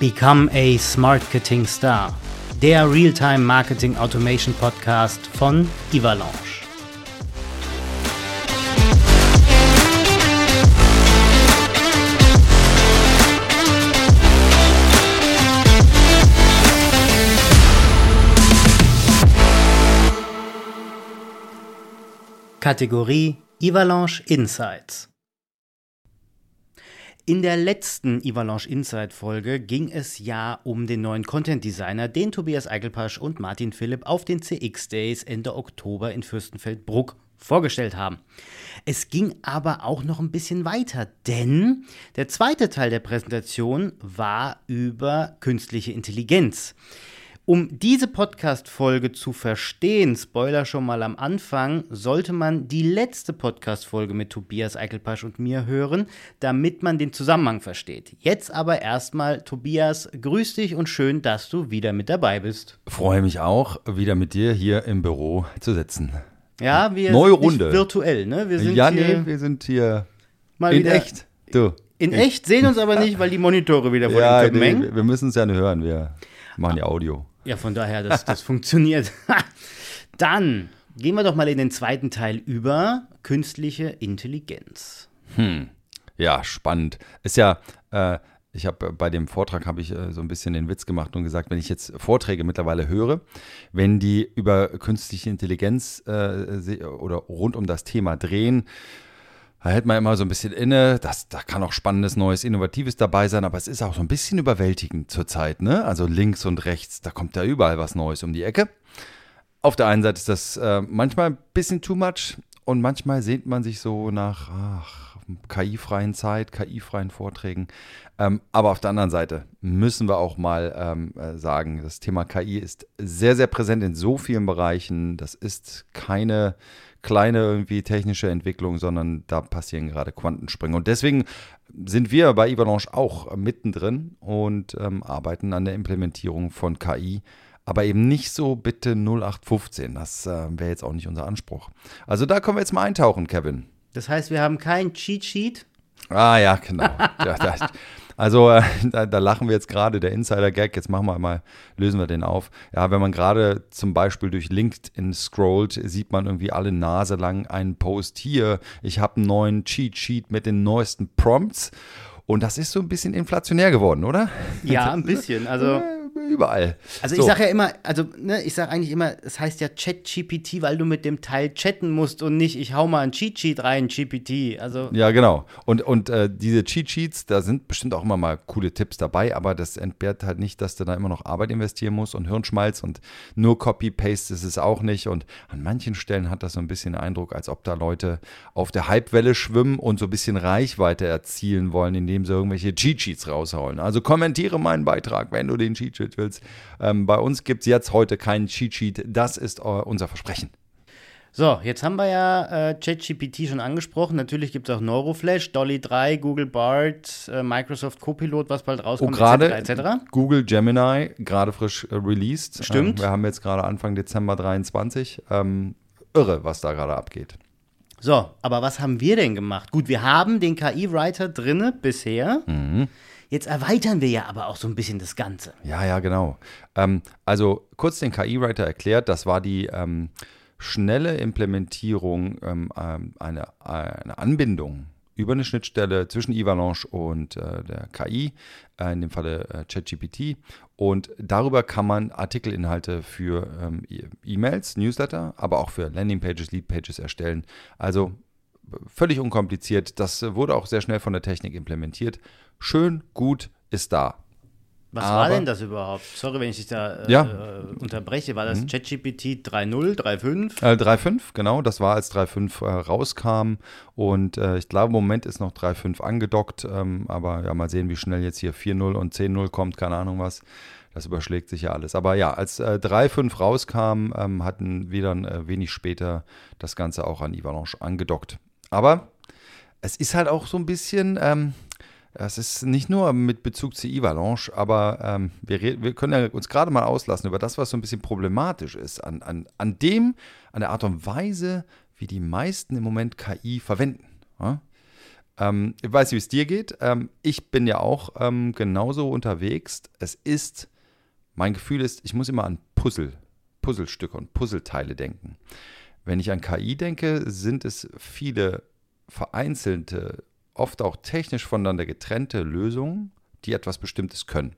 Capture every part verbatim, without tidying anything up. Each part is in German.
Become a Smartketing Star, der Realtime Marketing Automation Podcast von Ivalanche. Kategorie Ivalanche Insights. In der letzten Ivalanche Insight Folge ging es ja um den neuen Content Designer, den Tobias Eichelpasch und Martin Philipp auf den C X Days Ende Oktober in Fürstenfeldbruck vorgestellt haben. Es ging aber auch noch ein bisschen weiter, denn der zweite Teil der Präsentation war über künstliche Intelligenz. Um diese Podcast-Folge zu verstehen, Spoiler schon mal am Anfang, sollte man die letzte Podcast-Folge mit Tobias Eichelpasch und mir hören, damit man den Zusammenhang versteht. Jetzt aber erstmal, Tobias, grüß dich und schön, dass du wieder mit dabei bist. Freue mich auch, wieder mit dir hier im Büro zu sitzen. Ja, wir Neue sind Runde. Nicht virtuell, ne? Wir sind ja, hier nee, wir sind hier mal in wieder echt. Du. In echt, sehen uns aber nicht, weil die Monitore wieder vor Ja, den Köpfen nee, hängen. wir müssen es ja nicht hören, wir machen ja Audio. Ja, von daher, das, das funktioniert. Dann gehen wir doch mal in den zweiten Teil über künstliche Intelligenz. Hm. Ja, spannend. Ist ja, äh, ich habe bei dem Vortrag habe ich äh, so ein bisschen den Witz gemacht und gesagt, wenn ich jetzt Vorträge mittlerweile höre, wenn die über künstliche Intelligenz äh, oder rund um das Thema drehen, da hält man immer so ein bisschen inne, das, da kann auch Spannendes, Neues, Innovatives dabei sein, aber es ist auch so ein bisschen überwältigend zurzeit, ne? Also links und rechts, da kommt ja überall was Neues um die Ecke. Auf der einen Seite ist das äh, manchmal ein bisschen too much und manchmal sehnt man sich so nach ach, K I-freien Zeit, K I-freien Vorträgen. Ähm, aber auf der anderen Seite müssen wir auch mal ähm, sagen, das Thema K I ist sehr, sehr präsent in so vielen Bereichen. Das ist keine kleine irgendwie technische Entwicklung, sondern da passieren gerade Quantensprünge. Und deswegen sind wir bei Ivalanche auch mittendrin und ähm, arbeiten an der Implementierung von K I, aber eben nicht so bitte null acht fünfzehn. Das äh, wäre jetzt auch nicht unser Anspruch. Also da können wir jetzt mal eintauchen, Kevin. Das heißt, wir haben kein Cheat Sheet? Ah ja, genau. ja, da, also äh, da, da lachen wir jetzt gerade, der Insider-Gag, jetzt machen wir mal, lösen wir den auf. Ja, wenn man gerade zum Beispiel durch LinkedIn scrollt, sieht man irgendwie alle Nase lang einen Post hier, ich habe einen neuen Cheat-Sheet mit den neuesten Prompts und das ist so ein bisschen inflationär geworden, oder? Ja, ein bisschen, also überall. Also so. ich sage ja immer, also ne, ich sage eigentlich immer, es heißt ja ChatGPT, weil du mit dem Teil chatten musst und nicht, ich hau mal ein Cheat-Sheet rein, G P T. Also ja, genau. Und, und äh, diese Cheat-Sheets, da sind bestimmt auch immer mal coole Tipps dabei, aber das entbehrt halt nicht, dass du da immer noch Arbeit investieren musst und Hirnschmalz und nur Copy-Paste ist es auch nicht. Und an manchen Stellen hat das so ein bisschen den Eindruck, als ob da Leute auf der Hypewelle schwimmen und so ein bisschen Reichweite erzielen wollen, indem sie irgendwelche Cheat-Sheets raushauen. Also kommentiere meinen Beitrag, wenn du den Cheat-Sheet willst. Ähm, bei uns gibt es jetzt heute keinen Cheat-Sheet. Das ist äh, unser Versprechen. So, jetzt haben wir ja äh, ChatGPT schon angesprochen. Natürlich gibt es auch Neuroflash, Dolly drei, Google Bard, äh, Microsoft Copilot, was bald rauskommt, oh, grade et cetera, et cetera. Google Gemini, gerade frisch äh, released. Stimmt. Ähm, wir haben jetzt gerade Anfang Dezember dreiundzwanzig. Ähm, irre, was da gerade abgeht. So, aber was haben wir denn gemacht? Gut, wir haben den K I-Writer drinne bisher. Mhm. Jetzt erweitern wir ja aber auch so ein bisschen das Ganze. Ja, ja, genau. Ähm, also kurz den K I-Writer erklärt, das war die ähm, schnelle Implementierung, ähm, eine, eine Anbindung über eine Schnittstelle zwischen Ivalanche und äh, der K I, äh, in dem Falle äh, ChatGPT. Und darüber kann man Artikelinhalte für ähm, E-Mails, Newsletter, aber auch für Landingpages, Leadpages erstellen. Also völlig unkompliziert. Das wurde auch sehr schnell von der Technik implementiert. Schön, gut, ist da. Was Aber, war denn das überhaupt? Sorry, wenn ich dich da äh, ja. äh, unterbreche. War das mhm. ChatGPT drei Punkt null, drei Punkt fünf? Äh, drei Punkt fünf, genau. Das war, als drei Punkt fünf äh, rauskam. Und äh, ich glaube, im Moment ist noch drei Punkt fünf angedockt. Ähm, aber ja, mal sehen, wie schnell jetzt hier vier Punkt null und zehn Punkt null kommt. Keine Ahnung was. Das überschlägt sich ja alles. Aber ja, als äh, drei Punkt fünf rauskam, ähm, hatten wir dann äh, wenig später das Ganze auch an Ivalanche angedockt. Aber es ist halt auch so ein bisschen, ähm, es ist nicht nur mit Bezug zu Ivalanche, aber ähm, wir, wir können ja uns gerade mal auslassen über das, was so ein bisschen problematisch ist, an, an, an dem, an der Art und Weise, wie die meisten im Moment K I verwenden. Ja? Ähm, ich weiß nicht, wie es dir geht. Ähm, ich bin ja auch ähm, genauso unterwegs. Es ist, mein Gefühl ist, ich muss immer an Puzzle, Puzzlestücke und Puzzleteile denken. Wenn ich an K I denke, sind es viele vereinzelte, oft auch technisch voneinander getrennte Lösungen, die etwas Bestimmtes können.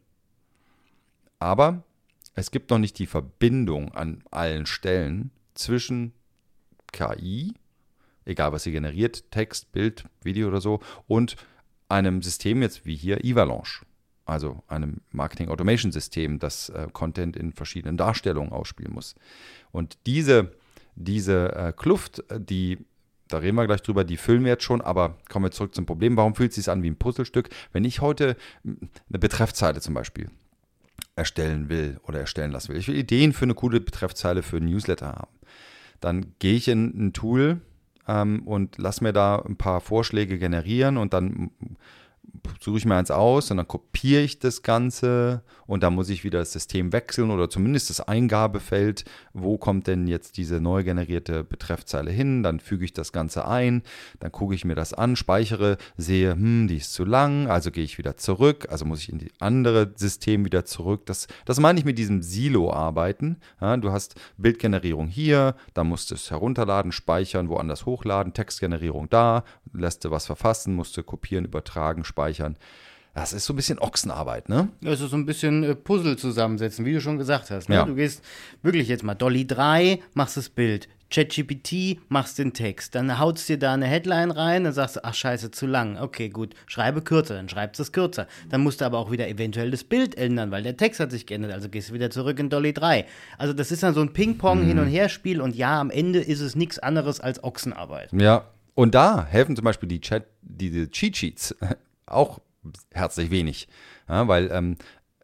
Aber es gibt noch nicht die Verbindung an allen Stellen zwischen K I, egal was sie generiert, Text, Bild, Video oder so, und einem System jetzt wie hier Evalanche, also einem Marketing-Automation-System, das äh, Content in verschiedenen Darstellungen ausspielen muss. Und diese, diese äh, Kluft, die, da reden wir gleich drüber, die füllen wir jetzt schon, aber kommen wir zurück zum Problem. Warum fühlt es sich an wie ein Puzzlestück? Wenn ich heute eine Betreffzeile zum Beispiel erstellen will oder erstellen lassen will, ich will Ideen für eine coole Betreffzeile für ein Newsletter haben, dann gehe ich in ein Tool ähm, und lasse mir da ein paar Vorschläge generieren und dann suche ich mir eins aus und dann kopiere ich das Ganze und dann muss ich wieder das System wechseln oder zumindest das Eingabefeld, wo kommt denn jetzt diese neu generierte Betreffzeile hin, dann füge ich das Ganze ein, dann gucke ich mir das an, speichere, sehe, hm, die ist zu lang, also gehe ich wieder zurück, also muss ich in die andere System wieder zurück. Das, das meine ich mit diesem Silo-Arbeiten. Ja, du hast Bildgenerierung hier, dann musst du es herunterladen, speichern, woanders hochladen, Textgenerierung da, lässt du was verfassen, musst du kopieren, übertragen, speichern. Das ist so ein bisschen Ochsenarbeit, ne? Also so ein bisschen äh, Puzzle zusammensetzen, wie du schon gesagt hast. Ne? Ja. Du gehst wirklich jetzt mal Dolly drei, machst das Bild, ChatGPT, machst den Text, dann hautst dir da eine Headline rein, dann sagst du, ach scheiße, zu lang. Okay, gut, schreibe kürzer, dann schreibst du es kürzer. Dann musst du aber auch wieder eventuell das Bild ändern, weil der Text hat sich geändert, also gehst du wieder zurück in Dolly drei. Also das ist dann so ein Ping-Pong, mhm. Hin- und Her-Spiel und ja, am Ende ist es nichts anderes als Ochsenarbeit. Ja, und da helfen zum Beispiel die Chat, diese Cheat-Sheets auch herzlich wenig, ja, weil ähm,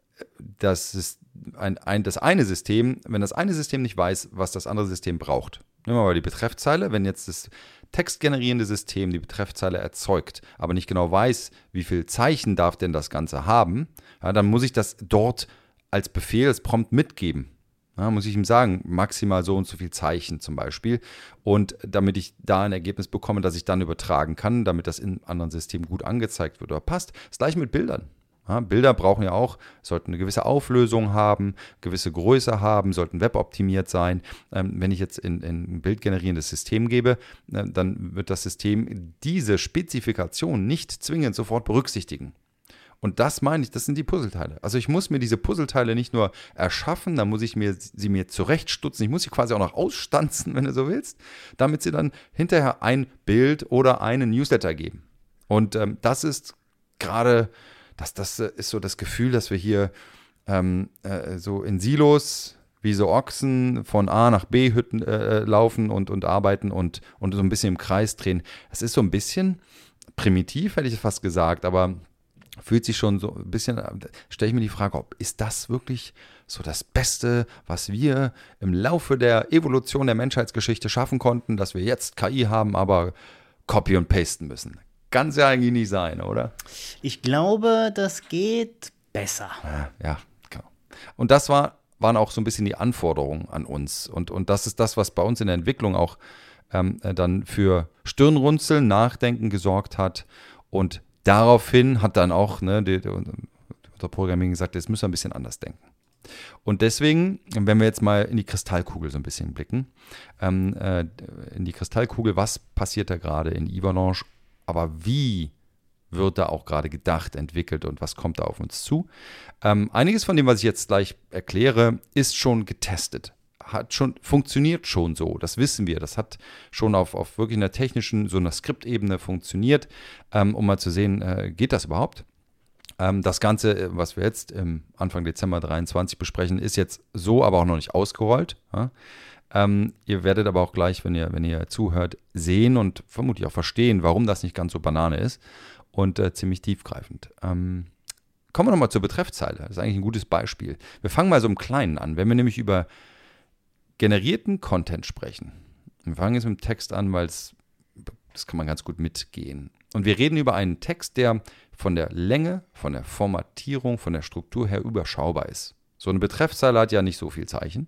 das ist ein, ein, das eine System, wenn das eine System nicht weiß, was das andere System braucht, nehmen wir mal die Betreffzeile, wenn jetzt das textgenerierende System die Betreffzeile erzeugt, aber nicht genau weiß, wie viel Zeichen darf denn das Ganze haben, ja, dann muss ich das dort als Befehl, als Prompt mitgeben. Ja, muss ich ihm sagen, maximal so und so viel Zeichen zum Beispiel. Und damit ich da ein Ergebnis bekomme, das ich dann übertragen kann, damit das in anderen Systemen gut angezeigt wird oder passt. Das gleiche mit Bildern. Ja, Bilder brauchen ja auch, sollten eine gewisse Auflösung haben, gewisse Größe haben, sollten weboptimiert sein. Ähm, wenn ich jetzt in, in ein bildgenerierendes System gebe, äh, dann wird das System diese Spezifikation nicht zwingend sofort berücksichtigen. Und das meine ich, das sind die Puzzleteile. Also ich muss mir diese Puzzleteile nicht nur erschaffen, dann muss ich mir sie mir zurechtstutzen, ich muss sie quasi auch noch ausstanzen, wenn du so willst, damit sie dann hinterher ein Bild oder einen Newsletter geben. Und ähm, das ist gerade, das, das ist so das Gefühl, dass wir hier ähm, äh, so in Silos wie so Ochsen von A nach B Hütten äh, laufen und, und arbeiten und, und so ein bisschen im Kreis drehen. Das ist so ein bisschen primitiv, hätte ich fast gesagt, aber fühlt sich schon so ein bisschen, stelle ich mir die Frage, ob ist das wirklich so das Beste, was wir im Laufe der Evolution der Menschheitsgeschichte schaffen konnten, dass wir jetzt K I haben, aber copy und pasten müssen. Kann es ja eigentlich nicht sein, oder? Ich glaube, das geht besser. Ja, ja, genau. Und das war, waren auch so ein bisschen die Anforderungen an uns. Und, und das ist das, was bei uns in der Entwicklung auch ähm, dann für Stirnrunzeln, Nachdenken gesorgt hat. Und daraufhin hat dann auch ne, die, die, unser Programming gesagt, jetzt müssen wir ein bisschen anders denken. Und deswegen, wenn wir jetzt mal in die Kristallkugel so ein bisschen blicken, ähm, äh, in die Kristallkugel, was passiert da gerade in Evalanche, aber wie wird da auch gerade gedacht, entwickelt und was kommt da auf uns zu? Ähm, einiges von dem, was ich jetzt gleich erkläre, ist schon getestet. Hat schon, funktioniert schon so, das wissen wir. Das hat schon auf, auf wirklich einer technischen, so einer Skriptebene funktioniert, ähm, um mal zu sehen, äh, geht das überhaupt? Ähm, das Ganze, was wir jetzt im Anfang Dezember dreiundzwanzig besprechen, ist jetzt so, aber auch noch nicht ausgerollt. Ja? Ähm, ihr werdet aber auch gleich, wenn ihr, wenn ihr zuhört, sehen und vermutlich auch verstehen, warum das nicht ganz so Banane ist und äh, ziemlich tiefgreifend. Ähm, kommen wir nochmal zur Betreffzeile. Das ist eigentlich ein gutes Beispiel. Wir fangen mal so im Kleinen an. Wenn wir nämlich über generierten Content sprechen. Wir fangen jetzt mit dem Text an, weil es, das kann man ganz gut mitgehen. Und wir reden über einen Text, der von der Länge, von der Formatierung, von der Struktur her überschaubar ist. So eine Betreffzeile hat ja nicht so viel Zeichen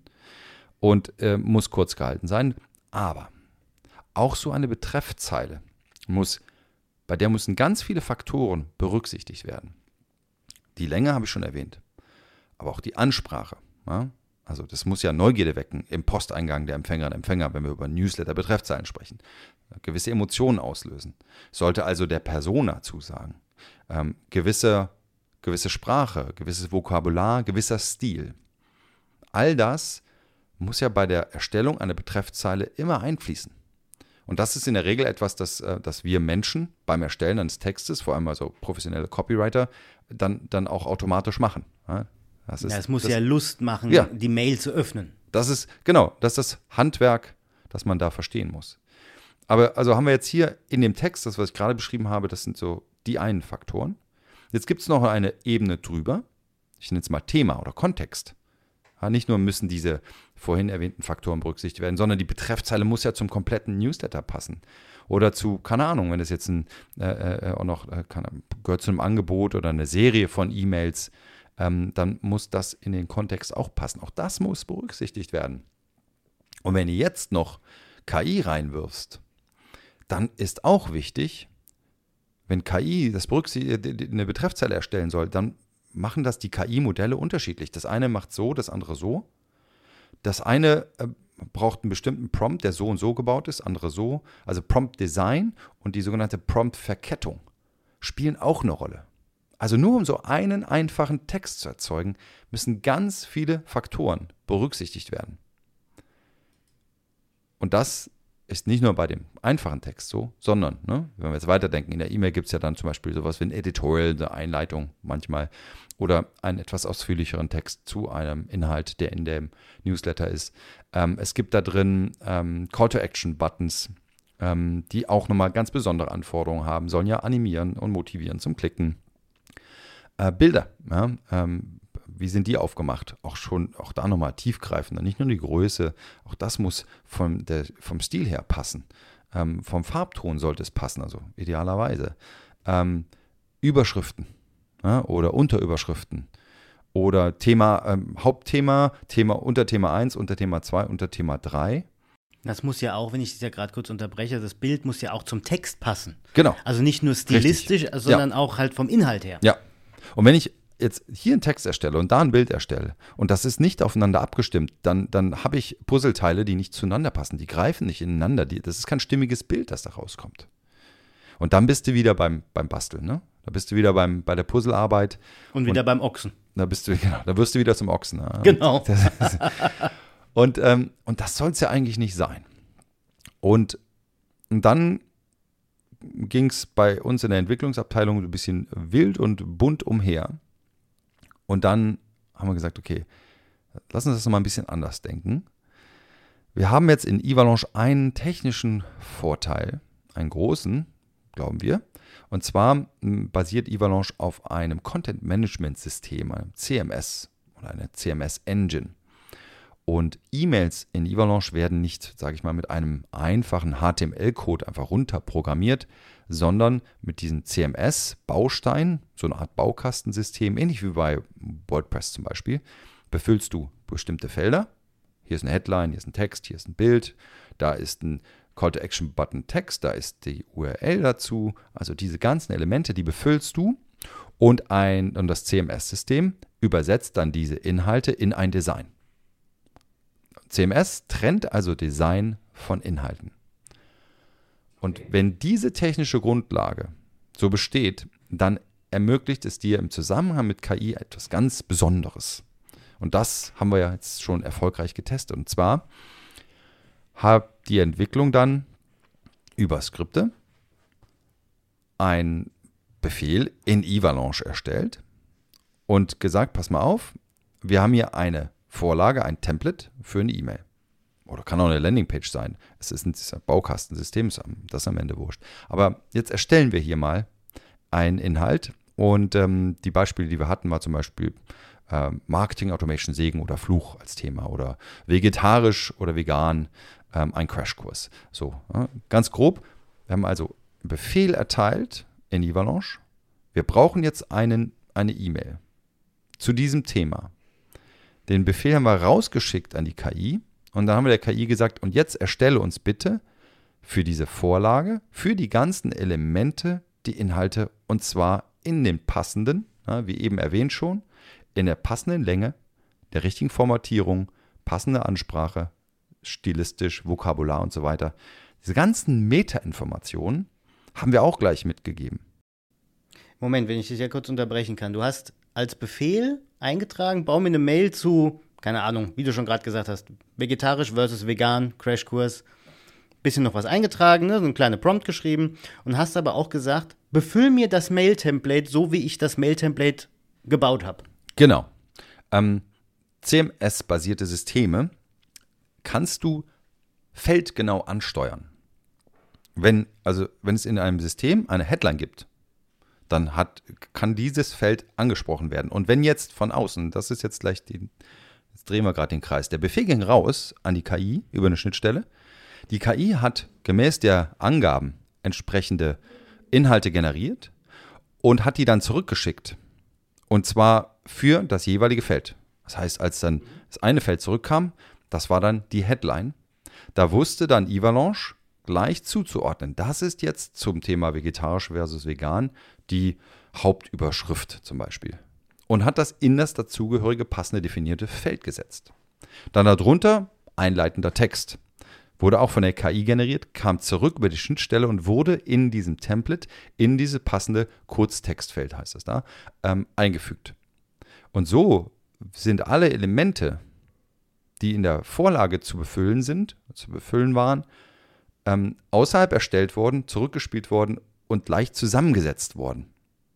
und äh, muss kurz gehalten sein. Aber auch so eine Betreffzeile muss bei der müssen ganz viele Faktoren berücksichtigt werden. Die Länge habe ich schon erwähnt, aber auch die Ansprache. Ja? Also das muss ja Neugierde wecken im Posteingang der Empfängerinnen und Empfänger, wenn wir über Newsletter-Betreffzeilen sprechen. Gewisse Emotionen auslösen. Sollte also der Persona zusagen. Ähm, gewisse, gewisse Sprache, gewisses Vokabular, gewisser Stil. All das muss ja bei der Erstellung einer Betreffzeile immer einfließen. Und das ist in der Regel etwas, das, das wir Menschen beim Erstellen eines Textes, vor allem also professionelle Copywriter, dann, dann auch automatisch machen. Das ist, ja, es muss das, ja Lust machen, ja, die Mail zu öffnen. Das ist, genau, das ist das Handwerk, das man da verstehen muss. Aber also haben wir jetzt hier in dem Text, das, was ich gerade beschrieben habe, das sind so die einen Faktoren. Jetzt gibt es noch eine Ebene drüber. Ich nenne es mal Thema oder Kontext. Ja, nicht nur müssen diese vorhin erwähnten Faktoren berücksichtigt werden, sondern die Betreffzeile muss ja zum kompletten Newsletter passen. Oder zu, keine Ahnung, wenn das jetzt ein, äh, auch noch äh, kann, gehört zu einem Angebot oder eine Serie von E-Mails, ähm, dann muss das in den Kontext auch passen. Auch das muss berücksichtigt werden. Und wenn du jetzt noch K I reinwirfst, dann ist auch wichtig, wenn K I das eine Betreffzeile erstellen soll, dann machen das die K I-Modelle unterschiedlich. Das eine macht so, das andere so. Das eine äh, braucht einen bestimmten Prompt, der so und so gebaut ist, andere so. Also Prompt-Design und die sogenannte Prompt-Verkettung spielen auch eine Rolle. Also nur um so einen einfachen Text zu erzeugen, müssen ganz viele Faktoren berücksichtigt werden. Und das ist nicht nur bei dem einfachen Text so, sondern, ne, wenn wir jetzt weiterdenken, in der E-Mail gibt es ja dann zum Beispiel sowas wie ein Editorial, eine Einleitung manchmal oder einen etwas ausführlicheren Text zu einem Inhalt, der in dem Newsletter ist. Ähm, es gibt da drin ähm, Call-to-Action-Buttons, ähm, die auch nochmal ganz besondere Anforderungen haben, sollen ja animieren und motivieren zum Klicken. Äh, Bilder, ja, ähm, wie sind die aufgemacht? Auch schon, auch da nochmal tiefgreifender. Nicht nur die Größe, auch das muss vom, der, vom Stil her passen. Ähm, vom Farbton sollte es passen, also idealerweise. Ähm, Überschriften, ja, oder Unterüberschriften. Oder Thema, ähm, Hauptthema, Thema, Unterthema eins, Unterthema zwei, Unterthema drei. Das muss ja auch, wenn ich das ja gerade kurz unterbreche, das Bild muss ja auch zum Text passen. Genau. Also nicht nur stilistisch, Richtig. sondern ja. auch halt vom Inhalt her. Ja. Und wenn ich jetzt hier einen Text erstelle und da ein Bild erstelle und das ist nicht aufeinander abgestimmt, dann, dann habe ich Puzzleteile, die nicht zueinander passen. Die greifen nicht ineinander. Die, das ist kein stimmiges Bild, das da rauskommt. Und dann bist du wieder beim, beim Basteln, ne? Da bist du wieder beim, bei der Puzzlearbeit. Und wieder und beim Ochsen. Da bist du, genau, da wirst du wieder zum Ochsen. Ja? Genau. Und das, und, ähm, und das soll es ja eigentlich nicht sein. Und, und dann ging es bei uns in der Entwicklungsabteilung ein bisschen wild und bunt umher. Und dann haben wir gesagt, okay, lass uns das nochmal ein bisschen anders denken. Wir haben jetzt in Evalanche einen technischen Vorteil, einen großen, glauben wir. Und zwar basiert Evalanche auf einem Content-Management-System, einem C M S oder einer C M S-Engine. Und E-Mails in Evalanche werden nicht, sage ich mal, mit einem einfachen H T M L-Code einfach runterprogrammiert, sondern mit diesem C M S-Baustein, so eine Art Baukastensystem, ähnlich wie bei WordPress zum Beispiel, befüllst du bestimmte Felder. Hier ist eine Headline, hier ist ein Text, hier ist ein Bild, da ist ein Call-to-Action-Button Text, da ist die U R L dazu. Also diese ganzen Elemente, die befüllst du und, ein, und das C M S-System übersetzt dann diese Inhalte in ein Design. C M S trennt also Design von Inhalten. Und wenn diese technische Grundlage so besteht, dann ermöglicht es dir im Zusammenhang mit K I etwas ganz Besonderes. Und das haben wir ja jetzt schon erfolgreich getestet. Und zwar hat die Entwicklung dann über Skripte einen Befehl in Evalanche erstellt und gesagt, pass mal auf, wir haben hier eine Vorlage, ein Template für eine E-Mail. Oder kann auch eine Landingpage sein. Es ist ein Baukastensystem, das ist am Ende wurscht. Aber jetzt erstellen wir hier mal einen Inhalt. Und ähm, die Beispiele, die wir hatten, war zum Beispiel äh, Marketing, Automation, Segen oder Fluch als Thema. Oder vegetarisch oder vegan, ähm, ein Crashkurs. So, ja, ganz grob. Wir haben also einen Befehl erteilt in Evalanche. Wir brauchen jetzt einen, eine E-Mail zu diesem Thema. Den Befehl haben wir rausgeschickt an die K I und dann haben wir der K I gesagt, und jetzt erstelle uns bitte für diese Vorlage, für die ganzen Elemente die Inhalte und zwar in den passenden, ja, wie eben erwähnt schon, in der passenden Länge, der richtigen Formatierung, passende Ansprache, stilistisch, Vokabular und so weiter. Diese ganzen Metainformationen haben wir auch gleich mitgegeben. Moment, wenn ich dich ja kurz unterbrechen kann. Du hast als Befehl eingetragen, bau mir eine Mail zu, keine Ahnung, wie du schon gerade gesagt hast, vegetarisch versus vegan, Crashkurs, bisschen noch was eingetragen, ne, so eine kleine Prompt geschrieben und hast aber auch gesagt, befüll mir das Mail-Template so, wie ich das Mail-Template gebaut habe. Genau. Ähm, C M S-basierte Systeme kannst du feldgenau ansteuern. Wenn, also, wenn es in einem System eine Headline gibt, dann hat, kann dieses Feld angesprochen werden. Und wenn jetzt von außen, das ist jetzt gleich die, jetzt drehen wir gerade den Kreis, der Befehl ging raus an die K I über eine Schnittstelle. Die K I hat gemäß der Angaben entsprechende Inhalte generiert und hat die dann zurückgeschickt. Und zwar für das jeweilige Feld. Das heißt, als dann das eine Feld zurückkam, das war dann die Headline. Da wusste dann Avalanche gleich zuzuordnen. Das ist jetzt zum Thema vegetarisch versus vegan die Hauptüberschrift zum Beispiel. Und hat das in das dazugehörige passende definierte Feld gesetzt. Dann darunter einleitender Text. Wurde auch von der K I generiert, kam zurück über die Schnittstelle und wurde in diesem Template, in diese passende Kurztextfeld, heißt das da, ähm, eingefügt. Und so sind alle Elemente, die in der Vorlage zu befüllen sind, zu befüllen waren, ähm, außerhalb erstellt worden, zurückgespielt worden und leicht zusammengesetzt worden.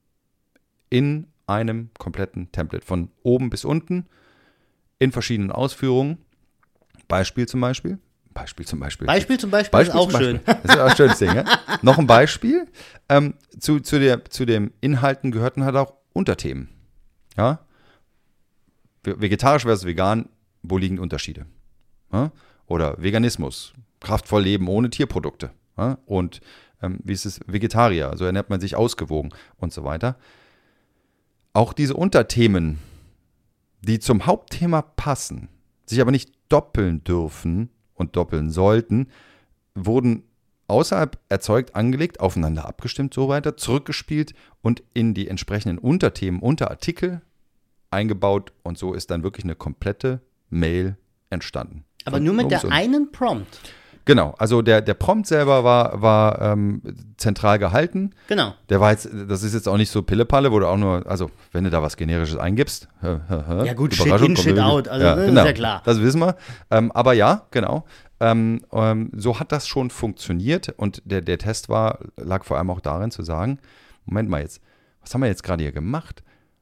In einem kompletten Template, von oben bis unten, in verschiedenen Ausführungen. Beispiel zum Beispiel. Beispiel zum Beispiel. Beispiel zum Beispiel, Beispiel ist auch zum schön. Beispiel. Das ist auch ein schönes Ding, ja? Noch ein Beispiel. Ähm, zu, zu, der, zu den Inhalten gehörten halt auch Unterthemen. Ja? Vegetarisch versus vegan, wo liegen Unterschiede? Ja? Oder Veganismus, kraftvoll leben ohne Tierprodukte. Ja? Und ähm, wie ist es Vegetarier, so ernährt man sich ausgewogen und so weiter. Auch diese Unterthemen, die zum Hauptthema passen, sich aber nicht doppeln dürfen und doppeln sollten, wurden außerhalb erzeugt, angelegt, aufeinander abgestimmt, so weiter, zurückgespielt und in die entsprechenden Unterthemen, Unterartikel eingebaut und so ist dann wirklich eine komplette Mail entstanden. Aber nur mit der einen Prompt. Genau, also der, der Prompt selber war, war ähm, zentral gehalten. Genau. Der war jetzt, das ist jetzt auch nicht so Pillepalle, wo du auch nur, also wenn du da was Generisches eingibst. Hä, hä, hä, ja gut, Shit in, Shit out, also ja, das genau, ist ja klar. Das wissen wir. Ähm, aber ja, genau. Ähm, ähm, so hat das schon funktioniert und der, der Test war, lag vor allem auch darin zu sagen, Moment mal jetzt, was haben wir jetzt gerade hier gemacht?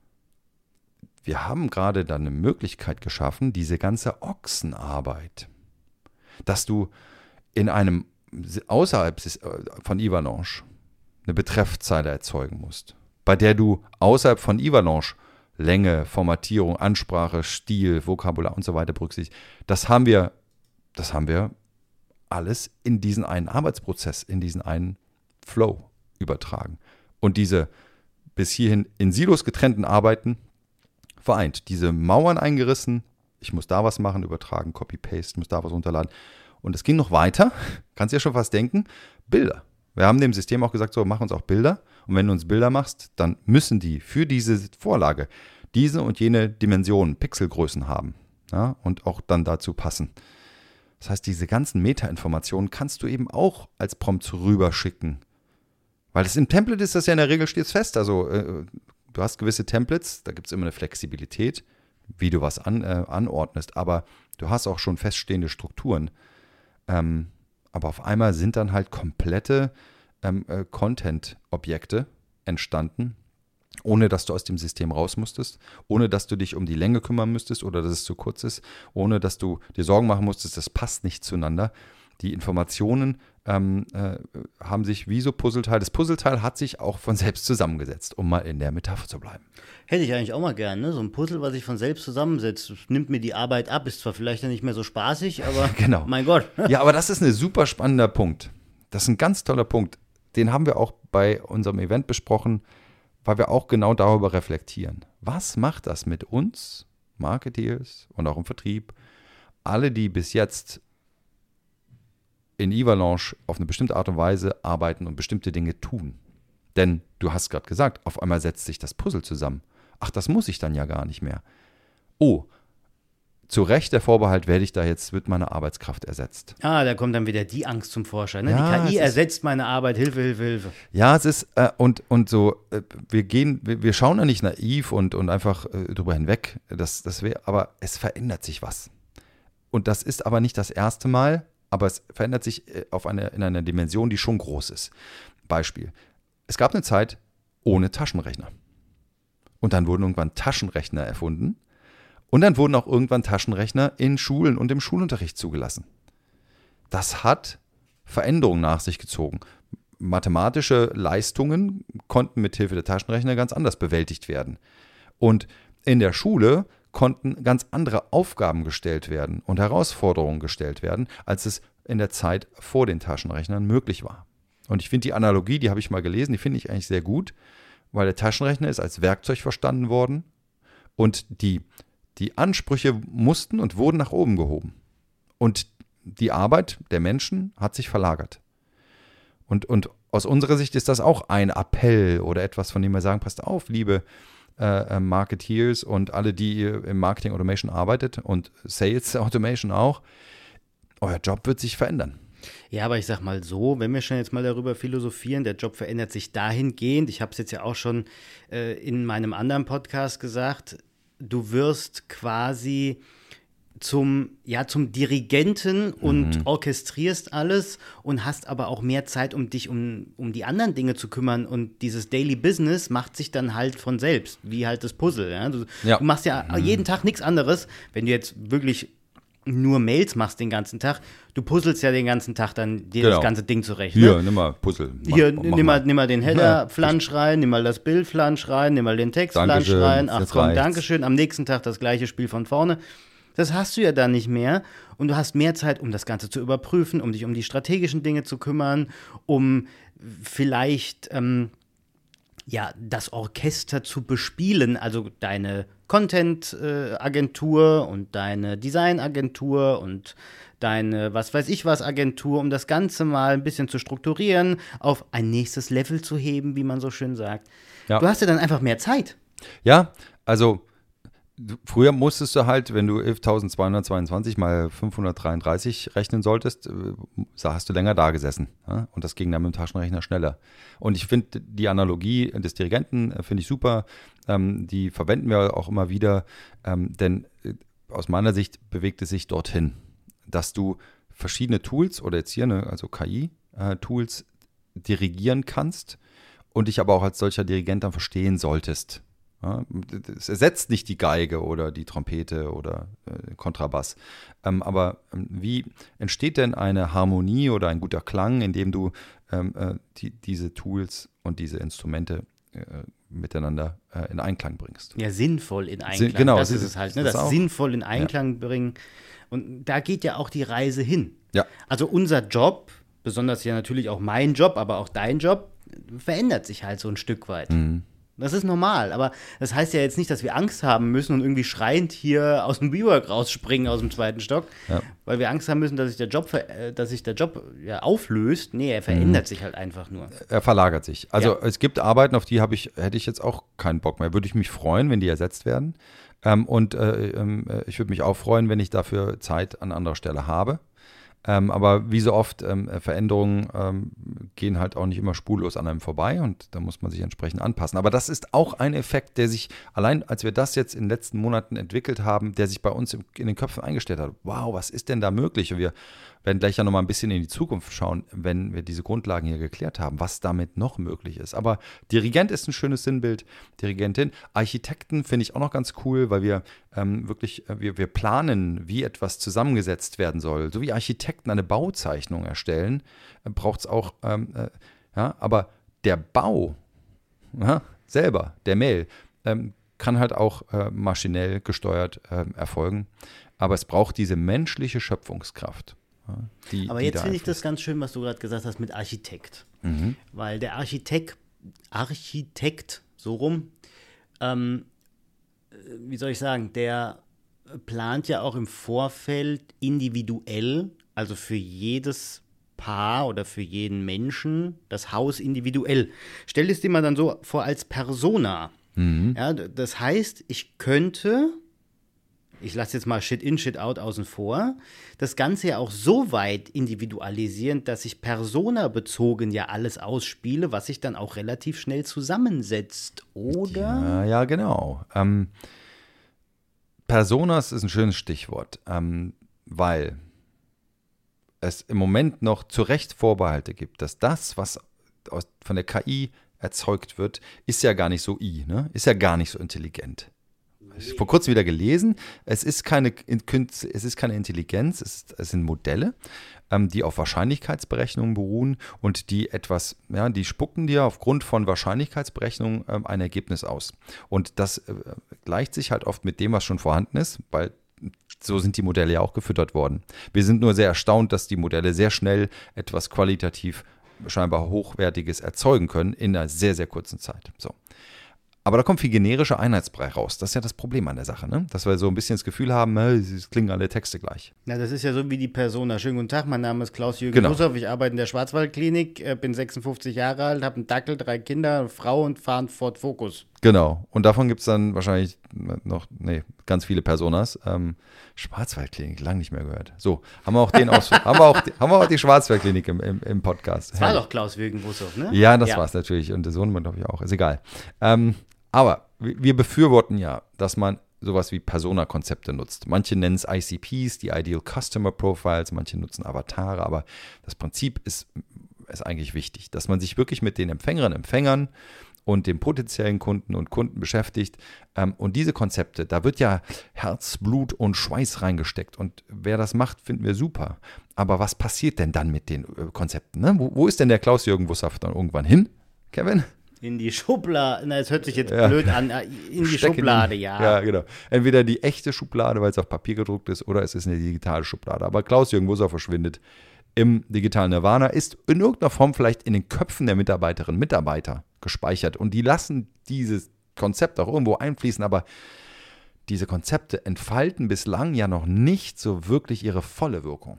Wir haben gerade dann eine Möglichkeit geschaffen, diese ganze Ochsenarbeit, dass du in einem, außerhalb von Avalanche, eine Betreffzeile erzeugen musst, bei der du außerhalb von Avalanche Länge, Formatierung, Ansprache, Stil, Vokabular und so weiter berücksichtigst. Das haben wir, das haben wir alles in diesen einen Arbeitsprozess, in diesen einen Flow übertragen. Und diese bis hierhin in Silos getrennten Arbeiten vereint. Diese Mauern eingerissen, ich muss da was machen, übertragen, Copy-Paste, muss da was runterladen. Und es ging noch weiter, kannst dir ja schon fast denken, Bilder. Wir haben dem System auch gesagt, so, mach uns auch Bilder. Und wenn du uns Bilder machst, dann müssen die für diese Vorlage diese und jene Dimensionen, Pixelgrößen haben. Ja, und auch dann dazu passen. Das heißt, diese ganzen Metainformationen kannst du eben auch als Prompt rüberschicken. Weil das im Template ist, das ja in der Regel stets fest. Also äh, du hast gewisse Templates, da gibt es immer eine Flexibilität, wie du was an, äh, anordnest. Aber du hast auch schon feststehende Strukturen. Ähm, aber auf einmal sind dann halt komplette ähm, äh, Content-Objekte entstanden, ohne dass du aus dem System raus musstest, ohne dass du dich um die Länge kümmern müsstest oder dass es zu kurz ist, ohne dass du dir Sorgen machen musstest, das passt nicht zueinander. Die Informationen ähm, äh, haben sich wie so Puzzleteil, das Puzzleteil hat sich auch von selbst zusammengesetzt, um mal in der Metapher zu bleiben. Hätte ich eigentlich auch mal gern, ne? So ein Puzzle, was sich von selbst zusammensetzt. Das nimmt mir die Arbeit ab, ist zwar vielleicht nicht mehr so spaßig, aber genau. Mein Gott. Ja, aber das ist ein super spannender Punkt. Das ist ein ganz toller Punkt. Den haben wir auch bei unserem Event besprochen, weil wir auch genau darüber reflektieren. Was macht das mit uns, Marketeers und auch im Vertrieb, alle, die bis jetzt in Avalanche auf eine bestimmte Art und Weise arbeiten und bestimmte Dinge tun? Denn du hast gerade gesagt, auf einmal setzt sich das Puzzle zusammen. Ach, das muss ich dann ja gar nicht mehr. Oh, zu Recht der Vorbehalt, werde ich da jetzt, wird meine Arbeitskraft ersetzt. Ah, da kommt dann wieder die Angst zum Vorschein. Ne? Ja, die K I es ist- ersetzt meine Arbeit, Hilfe, Hilfe, Hilfe. Ja, es ist, äh, und, und so, äh, wir gehen, wir, wir schauen da nicht naiv und, und einfach äh, drüber hinweg. Das, das wär, aber es verändert sich was. Und das ist aber nicht das erste Mal, aber es verändert sich äh, auf eine, in einer Dimension, die schon groß ist. Beispiel. Es gab eine Zeit ohne Taschenrechner. Und dann wurden irgendwann Taschenrechner erfunden. Und dann wurden auch irgendwann Taschenrechner in Schulen und im Schulunterricht zugelassen. Das hat Veränderungen nach sich gezogen. Mathematische Leistungen konnten mit Hilfe der Taschenrechner ganz anders bewältigt werden. Und in der Schule konnten ganz andere Aufgaben gestellt werden und Herausforderungen gestellt werden, als es in der Zeit vor den Taschenrechnern möglich war. Und ich finde die Analogie, die habe ich mal gelesen, die finde ich eigentlich sehr gut, weil der Taschenrechner ist als Werkzeug verstanden worden und die, die Ansprüche mussten und wurden nach oben gehoben. Und die Arbeit der Menschen hat sich verlagert. Und, und aus unserer Sicht ist das auch ein Appell oder etwas, von dem wir sagen, passt auf, liebe äh, Marketeers und alle, die im Marketing Automation arbeitet und Sales Automation auch, euer Job wird sich verändern. Ja, aber ich sag mal so, wenn wir schon jetzt mal darüber philosophieren, der Job verändert sich dahingehend, ich habe es jetzt ja auch schon äh, in meinem anderen Podcast gesagt, du wirst quasi zum, ja, zum Dirigenten und mhm. orchestrierst alles und hast aber auch mehr Zeit, um dich um, um die anderen Dinge zu kümmern. Und dieses Daily Business macht sich dann halt von selbst, wie halt das Puzzle. Ja? Du, ja. du machst ja mhm. jeden Tag nichts anderes, wenn du jetzt wirklich nur Mails machst den ganzen Tag, du puzzelst ja den ganzen Tag dann dir genau. das ganze Ding zurecht. Hier, ne? nimm mal Puzzle. Mach, Hier, mach nimm, mal, mal. nimm mal den Header-Flansch rein, nimm mal das Bild-Flansch rein, nimm mal den Text-Flansch Dankeschön, rein. Ach jetzt komm, reicht's. Dankeschön. Am nächsten Tag das gleiche Spiel von vorne. Das hast du ja dann nicht mehr und du hast mehr Zeit, um das Ganze zu überprüfen, um dich um die strategischen Dinge zu kümmern, um vielleicht ähm, ja, das Orchester zu bespielen, also deine Content-Agentur und deine Design-Agentur und deine was weiß ich was Agentur, um das Ganze mal ein bisschen zu strukturieren, auf ein nächstes Level zu heben, wie man so schön sagt. Ja. Du hast ja dann einfach mehr Zeit. Ja, also du, früher musstest du halt, wenn du elftausendzweihundertzweiundzwanzig mal fünfhundertdreiunddreißig rechnen solltest, äh, hast du länger da gesessen. Ja? Und das ging dann mit dem Taschenrechner schneller. Und ich finde die Analogie des Dirigenten, äh, finde ich super. Ähm, die verwenden wir auch immer wieder. Ähm, denn äh, aus meiner Sicht bewegt es sich dorthin, dass du verschiedene Tools oder jetzt hier, ne, also K I-Tools äh, dirigieren kannst und dich aber auch als solcher Dirigent dann verstehen solltest. Ja, es ersetzt nicht die Geige oder die Trompete oder äh, Kontrabass. Ähm, aber ähm, wie entsteht denn eine Harmonie oder ein guter Klang, indem du ähm, äh, die, diese Tools und diese Instrumente äh, miteinander äh, in Einklang bringst? Ja, sinnvoll in Einklang. Sin- genau, das das ist ist- es halt, ne? das das auch. sinnvoll in Einklang bringen. Und da geht ja auch die Reise hin. Ja. Also unser Job, besonders ja natürlich auch mein Job, aber auch dein Job, verändert sich halt so ein Stück weit. Mhm. Das ist normal, aber das heißt ja jetzt nicht, dass wir Angst haben müssen und irgendwie schreiend hier aus dem WeWork rausspringen aus dem zweiten Stock, Ja. weil wir Angst haben müssen, dass sich der Job, ver- äh, dass sich der Job ja, auflöst. Nee, er verändert sich halt einfach nur. Er verlagert sich. Also Ja. es gibt Arbeiten, auf die habe ich, hätte ich jetzt auch keinen Bock mehr. Würde ich mich freuen, wenn die ersetzt werden. Ähm, und äh, äh, ich würde mich auch freuen, wenn ich dafür Zeit an anderer Stelle habe. Ähm, aber wie so oft, ähm, Veränderungen ähm, gehen halt auch nicht immer spurlos an einem vorbei und da muss man sich entsprechend anpassen. Aber das ist auch ein Effekt, der sich, allein als wir das jetzt in den letzten Monaten entwickelt haben, der sich bei uns im, in den Köpfen eingestellt hat. Wow, was ist denn da möglich? Und wir werden gleich ja nochmal ein bisschen in die Zukunft schauen, wenn wir diese Grundlagen hier geklärt haben, was damit noch möglich ist. Aber Dirigent ist ein schönes Sinnbild, Dirigentin. Architekten finde ich auch noch ganz cool, weil wir ähm, wirklich, äh, wir, wir planen, wie etwas zusammengesetzt werden soll. So wie Architekten eine Bauzeichnung erstellen, äh, braucht es auch, ähm, äh, ja, aber der Bau ja, selber, der Mail, ähm, kann halt auch äh, maschinell gesteuert äh, erfolgen. Aber es braucht diese menschliche Schöpfungskraft. Ja, die, Aber die jetzt da finde ich das einfließt. ganz schön, was du gerade gesagt hast mit Architekt. Mhm. Weil der Architekt, Architekt, so rum, ähm, äh, wie soll ich sagen, der plant ja auch im Vorfeld individuell, also für jedes Paar oder für jeden Menschen das Haus individuell. Stell es dir mal dann so vor als Persona. Mhm. Ja, das heißt, ich könnte, ich lasse jetzt mal Shit in, Shit out außen vor, das Ganze ja auch so weit individualisieren, dass ich personabezogen ja alles ausspiele, was sich dann auch relativ schnell zusammensetzt, oder? Ja, ja genau. Ähm, Personas ist ein schönes Stichwort, ähm, weil es im Moment noch zu Recht Vorbehalte gibt, dass das, was aus, von der K I erzeugt wird, ist ja gar nicht so I, ne? Ist ja gar nicht so intelligent. Ich habe vor kurzem wieder gelesen, es ist keine, es ist keine Intelligenz, es, ist, es sind Modelle, ähm, die auf Wahrscheinlichkeitsberechnungen beruhen und die etwas, ja, die spucken dir aufgrund von Wahrscheinlichkeitsberechnungen ähm, ein Ergebnis aus. Und das äh, gleicht sich halt oft mit dem, was schon vorhanden ist, weil so sind die Modelle ja auch gefüttert worden. Wir sind nur sehr erstaunt, dass die Modelle sehr schnell etwas qualitativ scheinbar Hochwertiges erzeugen können in einer sehr, sehr kurzen Zeit. So. Aber da kommt viel generischer Einheitsbrei raus. Das ist ja das Problem an der Sache, ne? Dass wir so ein bisschen das Gefühl haben, es klingen alle Texte gleich. Na, das ist ja so wie die Persona. Schönen guten Tag, mein Name ist Klaus-Jürgen Genau. Bussow, ich arbeite in der Schwarzwaldklinik, bin sechsundfünfzig Jahre alt, habe einen Dackel, drei Kinder, eine Frau und fahre einen Ford Focus. Genau. Und davon gibt es dann wahrscheinlich noch, nee, ganz viele Personas. Ähm, Schwarzwaldklinik, lange nicht mehr gehört. So, haben wir auch den aus, haben wir auch, haben wir auch die Schwarzwaldklinik im, im, im Podcast. Das war doch Klaus-Jürgen Bussow, ne? Ja, das ja. war es natürlich. Und der Sohn, glaube ich, auch. Ist egal. Ähm, aber wir befürworten ja, dass man sowas wie Persona-Konzepte nutzt. Manche nennen es I C Ps, die Ideal Customer Profiles, manche nutzen Avatare, aber das Prinzip ist, ist eigentlich wichtig, dass man sich wirklich mit den Empfängerinnen, Empfängern und den potenziellen Kunden und Kunden beschäftigt. Ähm, und diese Konzepte, da wird ja Herz, Blut und Schweiß reingesteckt. Und wer das macht, finden wir super. Aber was passiert denn dann mit den äh, Konzepten? Ne? Wo, wo ist denn der Klaus-Jürgen Bussow dann irgendwann hin, Kevin? In die Schublade, na, es hört sich jetzt ja. blöd an, in die Steck Schublade, in, ja. Ja, genau. Entweder die echte Schublade, weil es auf Papier gedruckt ist, oder es ist eine digitale Schublade. Aber Klaus-Jürgen Bussow verschwindet im digitalen Nirvana, ist in irgendeiner Form vielleicht in den Köpfen der Mitarbeiterinnen und Mitarbeiter gespeichert. Und die lassen dieses Konzept auch irgendwo einfließen, aber diese Konzepte entfalten bislang ja noch nicht so wirklich ihre volle Wirkung.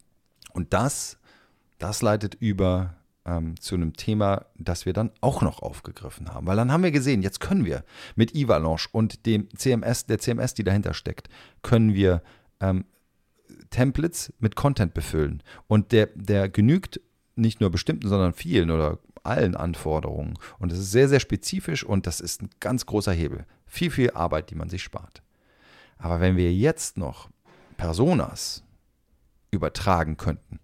Und das, das leitet über ähm, zu einem Thema, das wir dann auch noch aufgegriffen haben. Weil dann haben wir gesehen, jetzt können wir mit Ivalanche und dem C M S, der C M S, die dahinter steckt, können wir ähm, Templates mit Content befüllen. Und der, der genügt nicht nur bestimmten, sondern vielen oder allen Anforderungen. Und das ist sehr, sehr spezifisch und das ist ein ganz großer Hebel. Viel, viel Arbeit, die man sich spart. Aber wenn wir jetzt noch Personas übertragen könnten,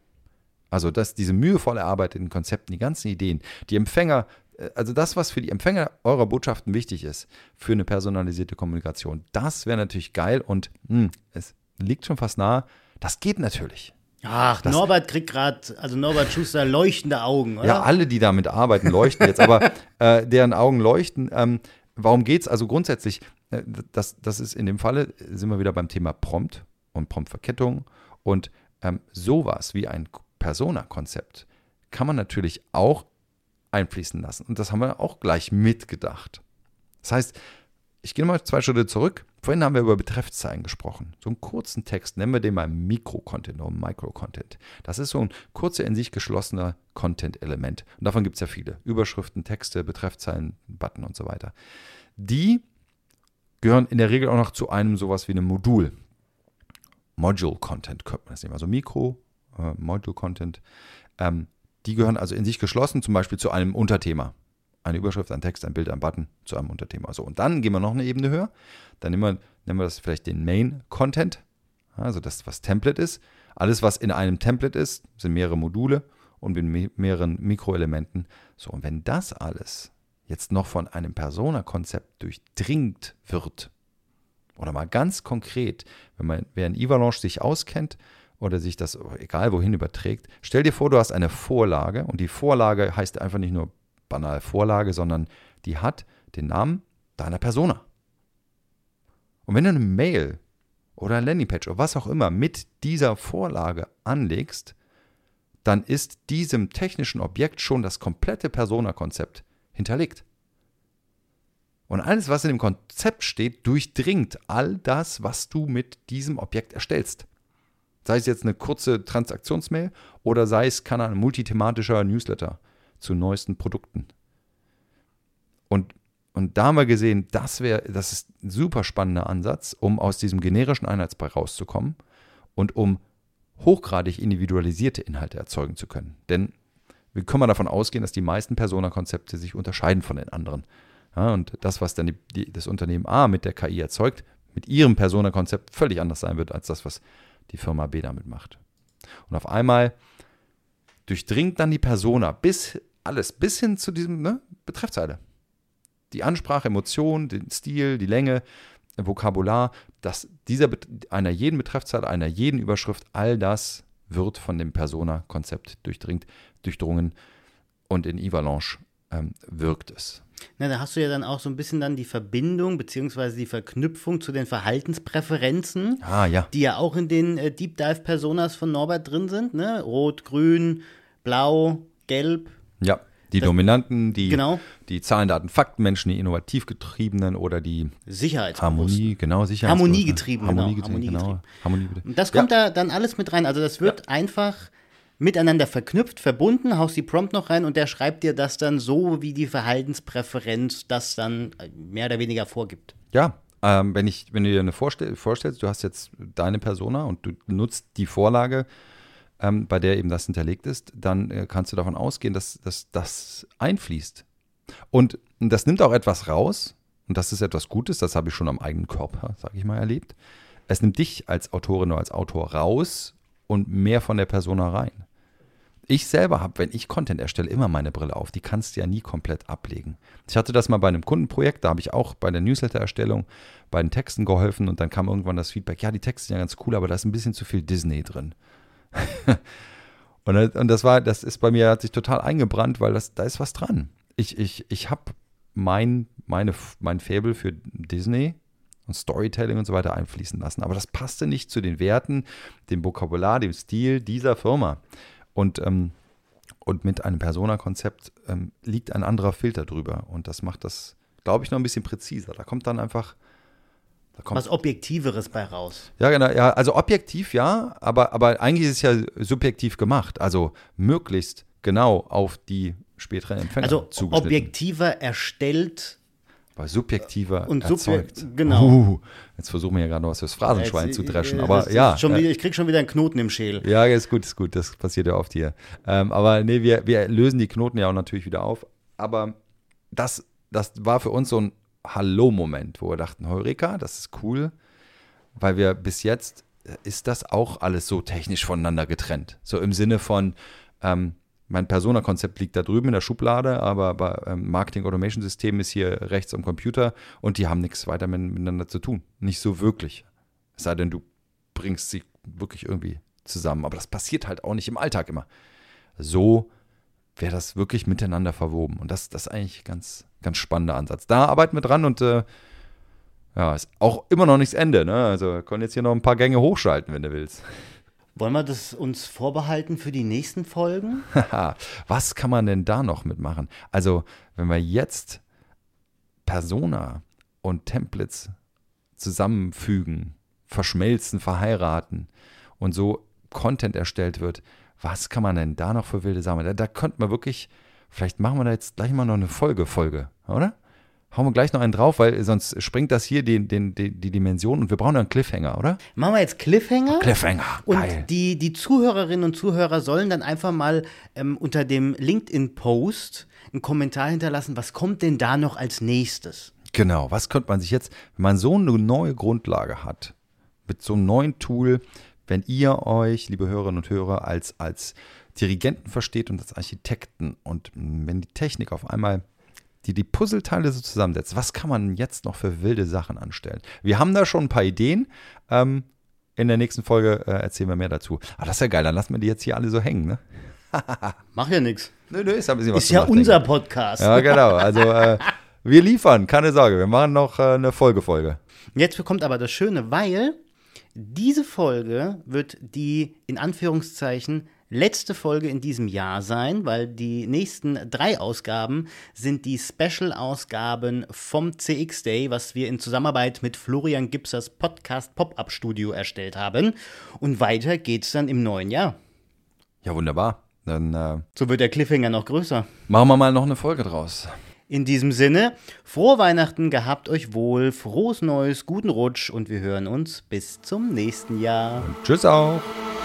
also dass diese mühevoll erarbeiteten Konzepte, die ganzen Ideen, die Empfänger, also das, was für die Empfänger eurer Botschaften wichtig ist, für eine personalisierte Kommunikation, das wäre natürlich geil und mh, es liegt schon fast nahe, das geht natürlich. Ach, das, Norbert kriegt gerade, also Norbert Schuster, leuchtende Augen, oder? Ja, alle, die damit arbeiten, leuchten jetzt, aber äh, deren Augen leuchten. Ähm, warum geht's? Also grundsätzlich, äh, das, das ist in dem Falle, sind wir wieder beim Thema Prompt und Promptverkettung und ähm, sowas wie ein Persona-Konzept kann man natürlich auch einfließen lassen. Und das haben wir auch gleich mitgedacht. Das heißt, ich gehe mal zwei Schritte zurück. Vorhin haben wir über Betreffzeilen gesprochen. So einen kurzen Text, nennen wir den mal Mikro-Content oder Micro-Content. Das ist so ein kurzer, in sich geschlossener Content-Element. Und davon gibt es ja viele. Überschriften, Texte, Betreffzeilen, Button und so weiter. Die gehören in der Regel auch noch zu einem sowas wie einem Modul. Module-Content könnte man das nehmen. Also Mikro, äh, Module-Content. Ähm, die gehören also in sich geschlossen, zum Beispiel zu einem Unterthema. Eine Überschrift, ein Text, ein Bild, ein Button zu einem Unterthema. So, und dann gehen wir noch eine Ebene höher. Dann nehmen wir, nennen wir das vielleicht den Main-Content, also das, was Template ist. Alles, was in einem Template ist, sind mehrere Module und mit mehreren Mikroelementen. So, und wenn das alles jetzt noch von einem Persona-Konzept durchdringt wird, oder mal ganz konkret, wenn man, wer in Ivalanche sich auskennt oder sich das egal wohin überträgt, stell dir vor, du hast eine Vorlage und die Vorlage heißt einfach nicht nur banal Vorlage, sondern die hat den Namen deiner Persona. Und wenn du eine Mail oder ein Landingpage oder was auch immer mit dieser Vorlage anlegst, dann ist diesem technischen Objekt schon das komplette Persona-Konzept hinterlegt. Und alles, was in dem Konzept steht, durchdringt all das, was du mit diesem Objekt erstellst. Sei es jetzt eine kurze Transaktionsmail oder sei es, kann ein multithematischer Newsletter zu neuesten Produkten. Und, und da haben wir gesehen, das wäre, das ist ein super spannender Ansatz, um aus diesem generischen Einheitsbrei rauszukommen und um hochgradig individualisierte Inhalte erzeugen zu können. Denn wir können mal davon ausgehen, dass die meisten Persona-Konzepte sich unterscheiden von den anderen. Ja, und das, was dann die, die, das Unternehmen A mit der K I erzeugt, mit ihrem Persona-Konzept völlig anders sein wird, als das, was die Firma B damit macht. Und auf einmal durchdringt dann die Persona bis alles, bis hin zu diesem ne, Betreffzeile. Die Ansprache, Emotion, den Stil, die Länge, Vokabular, dass dieser einer jeden Betreffzeile, einer jeden Überschrift, all das wird von dem Persona-Konzept durchdringt, durchdrungen und in Avalanche ähm, wirkt es. Na, da hast du ja dann auch so ein bisschen dann die Verbindung beziehungsweise die Verknüpfung zu den Verhaltenspräferenzen, ah, ja. die ja auch in den äh, Deep Dive Personas von Norbert drin sind, ne? Rot, Grün, Blau, Gelb. Ja, die das, Dominanten, die, genau. die Zahlen, Daten, Fakten, Menschen, die innovativ getriebenen oder die Harmonie, genau, Sicherheits- Harmoniegetrieben, Harmoniegetrieben, genau. genau. Harmoniegetrieben. Und das kommt ja. da dann alles mit rein. Also das wird ja. einfach miteinander verknüpft, verbunden, haust die Prompt noch rein und der schreibt dir das dann so, wie die Verhaltenspräferenz das dann mehr oder weniger vorgibt. Ja, ähm, wenn, ich, wenn du dir eine vorstell- vorstellst, du hast jetzt deine Persona und du nutzt die Vorlage, ähm, bei der eben das hinterlegt ist, dann äh, kannst du davon ausgehen, dass, dass das einfließt. Und das nimmt auch etwas raus und das ist etwas Gutes, das habe ich schon am eigenen Körper, sage ich mal, erlebt. Es nimmt dich als Autorin oder als Autor raus und mehr von der Persona rein. Ich selber habe, wenn ich Content erstelle, immer meine Brille auf. Die kannst du ja nie komplett ablegen. Ich hatte das mal bei einem Kundenprojekt, da habe ich auch bei der Newsletter-Erstellung bei den Texten geholfen und dann kam irgendwann das Feedback, ja, die Texte sind ja ganz cool, aber da ist ein bisschen zu viel Disney drin. und, und das war, das ist bei mir, hat sich total eingebrannt, weil das, da ist was dran. Ich, ich, ich habe mein, meine, mein Faible für Disney und Storytelling und so weiter einfließen lassen. Aber das passte nicht zu den Werten, dem Vokabular, dem Stil dieser Firma. Und, ähm, und mit einem Persona-Konzept ähm, liegt ein anderer Filter drüber. Und das macht das, glaube ich, noch ein bisschen präziser. Da kommt dann einfach da kommt, was Objektiveres bei raus. Ja, genau. Ja, also objektiv, ja, aber, aber eigentlich ist es ja subjektiv gemacht. Also möglichst genau auf die späteren Empfänger also zugeschnitten. Also objektiver erstellt bei subjektiver und erzeugt. Subje- genau. Uh, jetzt versuchen wir ja gerade noch was fürs Phrasenschwein jetzt, zu dreschen. äh, Aber ja. Schon äh, wieder, ich krieg schon wieder einen Knoten im Schädel. Ja, ist gut, ist gut. Das passiert ja oft hier. Ähm, aber nee, wir, wir lösen die Knoten ja auch natürlich wieder auf. Aber das, das war für uns so ein Hallo-Moment, wo wir dachten, Heureka, das ist cool. Weil wir bis jetzt, ist das auch alles so technisch voneinander getrennt. So im Sinne von, ähm, mein Persona-Konzept liegt da drüben in der Schublade, aber bei ähm, Marketing-Automation-System ist hier rechts am Computer und die haben nichts weiter mit, miteinander zu tun. Nicht so wirklich. Es sei denn, du bringst sie wirklich irgendwie zusammen. Aber das passiert halt auch nicht im Alltag immer. So wäre das wirklich miteinander verwoben. Und das, das ist eigentlich ein ganz, ganz spannender Ansatz. Da arbeiten wir dran und äh, ja, ist auch immer noch nicht das Ende. Ne? Also wir können jetzt hier noch ein paar Gänge hochschalten, wenn du willst. Wollen wir das uns vorbehalten für die nächsten Folgen? Was kann man denn da noch mitmachen? Also, wenn wir jetzt Persona und Templates zusammenfügen, verschmelzen, verheiraten und so Content erstellt wird, was kann man denn da noch für wilde Sachen? Da, da könnte man wirklich, vielleicht machen wir da jetzt gleich mal noch eine Folge, Folge, oder? Hauen wir gleich noch einen drauf, weil sonst springt das hier den, den, den, die Dimension und wir brauchen einen Cliffhanger, oder? Machen wir jetzt Cliffhanger? Cliffhanger, geil. Und die, die Zuhörerinnen und Zuhörer sollen dann einfach mal ähm, unter dem LinkedIn-Post einen Kommentar hinterlassen, was kommt denn da noch als nächstes? Genau, was könnte man sich jetzt, wenn man so eine neue Grundlage hat, mit so einem neuen Tool, wenn ihr euch, liebe Hörerinnen und Hörer, als, als Dirigenten versteht und als Architekten und wenn die Technik auf einmal die die Puzzleteile so zusammensetzt, was kann man jetzt noch für wilde Sachen anstellen? Wir haben da schon ein paar Ideen. Ähm, in der nächsten Folge äh, erzählen wir mehr dazu. Aber das ist ja geil, dann lassen wir die jetzt hier alle so hängen, ne? Mach ja nichts. Nö, nö, ist ein bisschen was Ist ja nachdenken. unser Podcast. Ja, genau. Also äh, wir liefern, keine Sorge. Wir machen noch äh, eine Folgefolge. Jetzt kommt aber das Schöne, weil diese Folge wird die in Anführungszeichen letzte Folge in diesem Jahr sein, weil die nächsten drei Ausgaben sind die Special-Ausgaben vom C X Day, was wir in Zusammenarbeit mit Florian Gipsers Podcast Pop-Up Studio erstellt haben. Und weiter geht's dann im neuen Jahr. Ja, wunderbar. Dann äh, so wird der Cliffhanger noch größer. Machen wir mal noch eine Folge draus. In diesem Sinne, frohe Weihnachten, gehabt euch wohl, frohes Neues, guten Rutsch und wir hören uns bis zum nächsten Jahr. Und tschüss auch.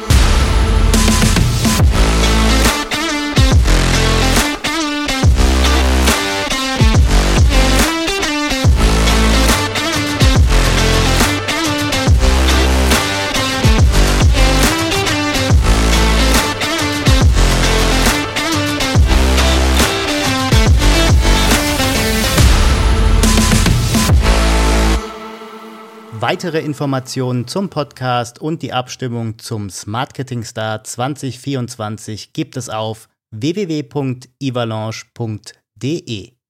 Weitere Informationen zum Podcast und die Abstimmung zum Smartmarketing Star zwanzig vierundzwanzig gibt es auf w w w punkt ivalanche punkt d e.